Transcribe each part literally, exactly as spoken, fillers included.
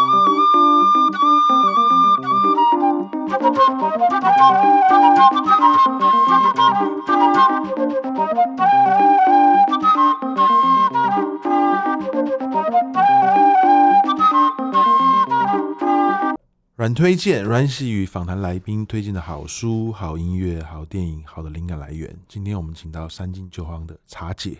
软推荐，阮喜与访谈来宾推荐的好书、好音乐、好电影、好的灵感来源。今天我们请到三金酒坊的茶姐。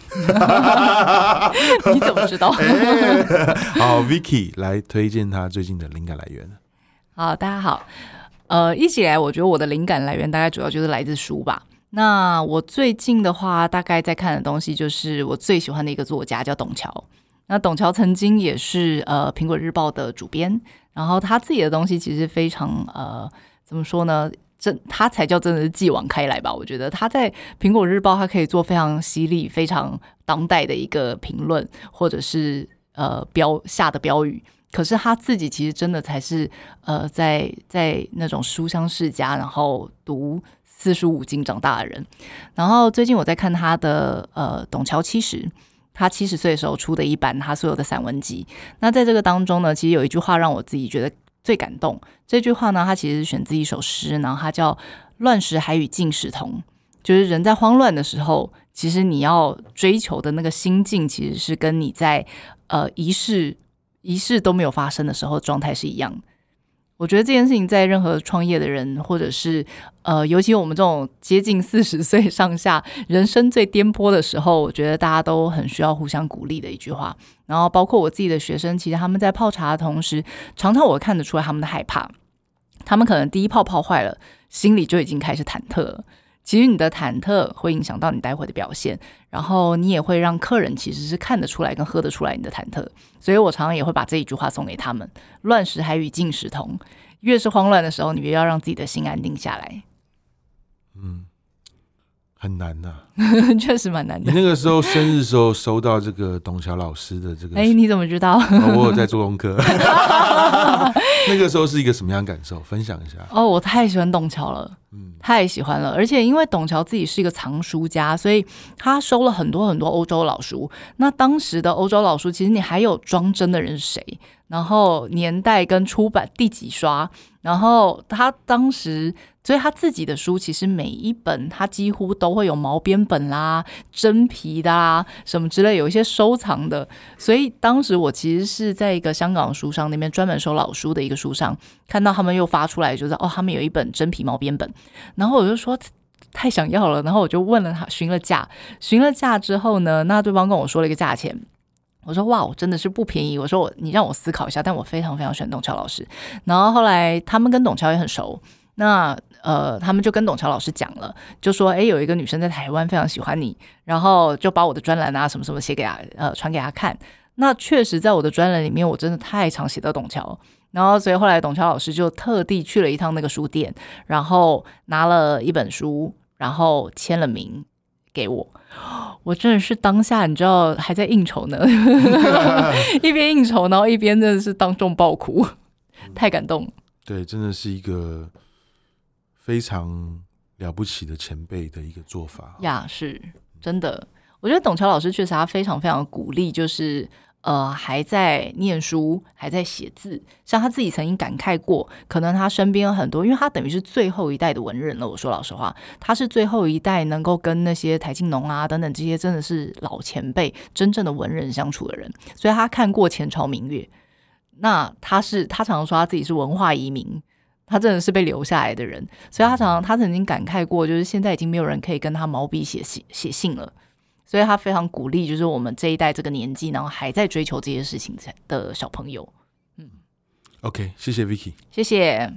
你怎么知道？ 欸、好 ，Vicky 来推荐她最近的灵感来源。 好，大家好。呃，一直以来，我觉得我的灵感来源大概主要就是来自书吧。那我最近的话，大概在看的东西就是我最喜欢的一个作家叫董桥。那董桥曾经也是呃苹果日报的主编，然后他自己的东西其实非常呃怎么说呢？真他才叫真的是继往开来吧。我觉得他在苹果日报，他可以做非常犀利、非常当代的一个评论，或者是呃标下的标语。可是他自己其实真的才是呃在在那种书香世家，然后读四书五经长大的人。然后最近我在看他的呃董桥七十。他七十岁的时候出的一版他所有的散文集。那在这个当中呢，其实有一句话让我自己觉得最感动。这句话呢，它其实是选自一首诗，然后它叫“乱时还与静时同”，就是人在慌乱的时候，其实你要追求的那个心境，其实是跟你在呃一事一事都没有发生的时候状态是一样的。我觉得这件事情在任何创业的人，或者是呃，尤其我们这种接近四十岁上下，人生最颠簸的时候，我觉得大家都很需要互相鼓励的一句话。然后包括我自己的学生，其实他们在泡茶的同时，常常我看得出来他们的害怕，他们可能第一泡泡坏了，心里就已经开始忐忑了。其实你的忐忑会影响到你待会的表现，然后你也会让客人其实是看得出来跟喝得出来你的忐忑。所以我常常也会把这一句话送给他们：乱时还与静时同。越是慌乱的时候，你越要让自己的心安定下来。 嗯，很难呐、啊， 确实蛮难的。 你那个时候生日的时候收到这个董桥老师的这个， 哎，你怎么知道？ 哦、我有在做功课。那个时候是一个什么样的感受？分享一下。 哦，我太喜欢董桥了。 嗯， 太喜欢了，而且因为董桥自己是一个藏书家，所以他收了很多很多欧洲老书。那当时的欧洲老书，其实你还有装帧的人是谁，然后年代跟出版第几刷，然后他当时，所以他自己的书其实每一本他几乎都会有毛边本啦、真皮的啦什么之类，有一些收藏的。所以当时我其实是在一个香港书商那边专门收老书的一个书商，看到他们又发出来，就是哦，他们有一本真皮毛边本。然后我就说太想要了，然后我就问了他，询了价，询了价之后呢，那对方跟我说了一个价钱，我说哇，我真的是不便宜。我说我你让我思考一下，但我非常非常喜欢董桥老师。然后后来他们跟董桥也很熟，那呃他们就跟董桥老师讲了，就说哎有一个女生在台湾非常喜欢你，然后就把我的专栏啊什么什么写给他呃传给他看。那确实在我的专栏里面，我真的太常写到董桥。然后，所以后来董桥老师就特地去了一趟那个书店，然后拿了一本书，然后签了名给我。我真的是当下你知道还在应酬呢，一边应酬，然后一边真的是当众爆哭，太感动了。 对，真的是一个非常了不起的前辈的一个做法呀，是真的。我觉得董桥老师确实他非常非常鼓励，就是呃，还在念书，还在写字，像他自己曾经感慨过，可能他身边有很多，因为他等于是最后一代的文人了。我说老实话，他是最后一代能够跟那些台静农啊等等这些真的是老前辈、真正的文人相处的人，所以他看过前朝明月。那他是他常常说他自己是文化移民，他真的是被留下来的人，所以他常常他曾经感慨过，就是现在已经没有人可以跟他毛笔写信写信了。所以他非常鼓励，就是我们这一代这个年纪，然后还在追求这些事情的小朋友。嗯 ，OK， 谢谢 Vicky， 谢谢。